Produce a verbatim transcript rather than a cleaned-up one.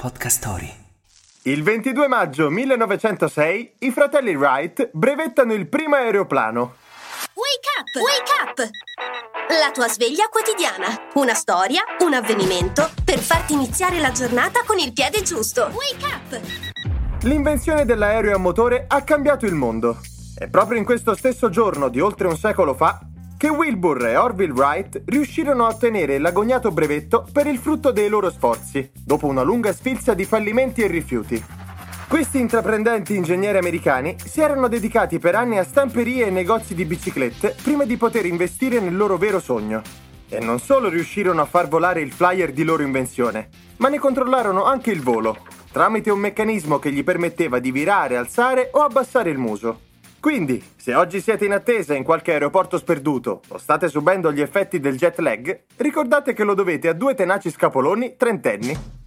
Podcast Story. Il ventidue maggio millenovecentosei i fratelli Wright brevettano il primo aeroplano. Wake up! Wake up! La tua sveglia quotidiana. Una storia, un avvenimento per farti iniziare la giornata con il piede giusto. Wake up! L'invenzione dell'aereo a motore ha cambiato il mondo. È proprio in questo stesso giorno di oltre un secolo fa che Wilbur e Orville Wright riuscirono a ottenere l'agognato brevetto per il frutto dei loro sforzi, dopo una lunga sfilza di fallimenti e rifiuti. Questi intraprendenti ingegneri americani si erano dedicati per anni a stamperie e negozi di biciclette prima di poter investire nel loro vero sogno. E non solo riuscirono a far volare il flyer di loro invenzione, ma ne controllarono anche il volo, tramite un meccanismo che gli permetteva di virare, alzare o abbassare il muso. Quindi, se oggi siete in attesa in qualche aeroporto sperduto o state subendo gli effetti del jet lag, ricordate che lo dovete a due tenaci scapoloni trentenni.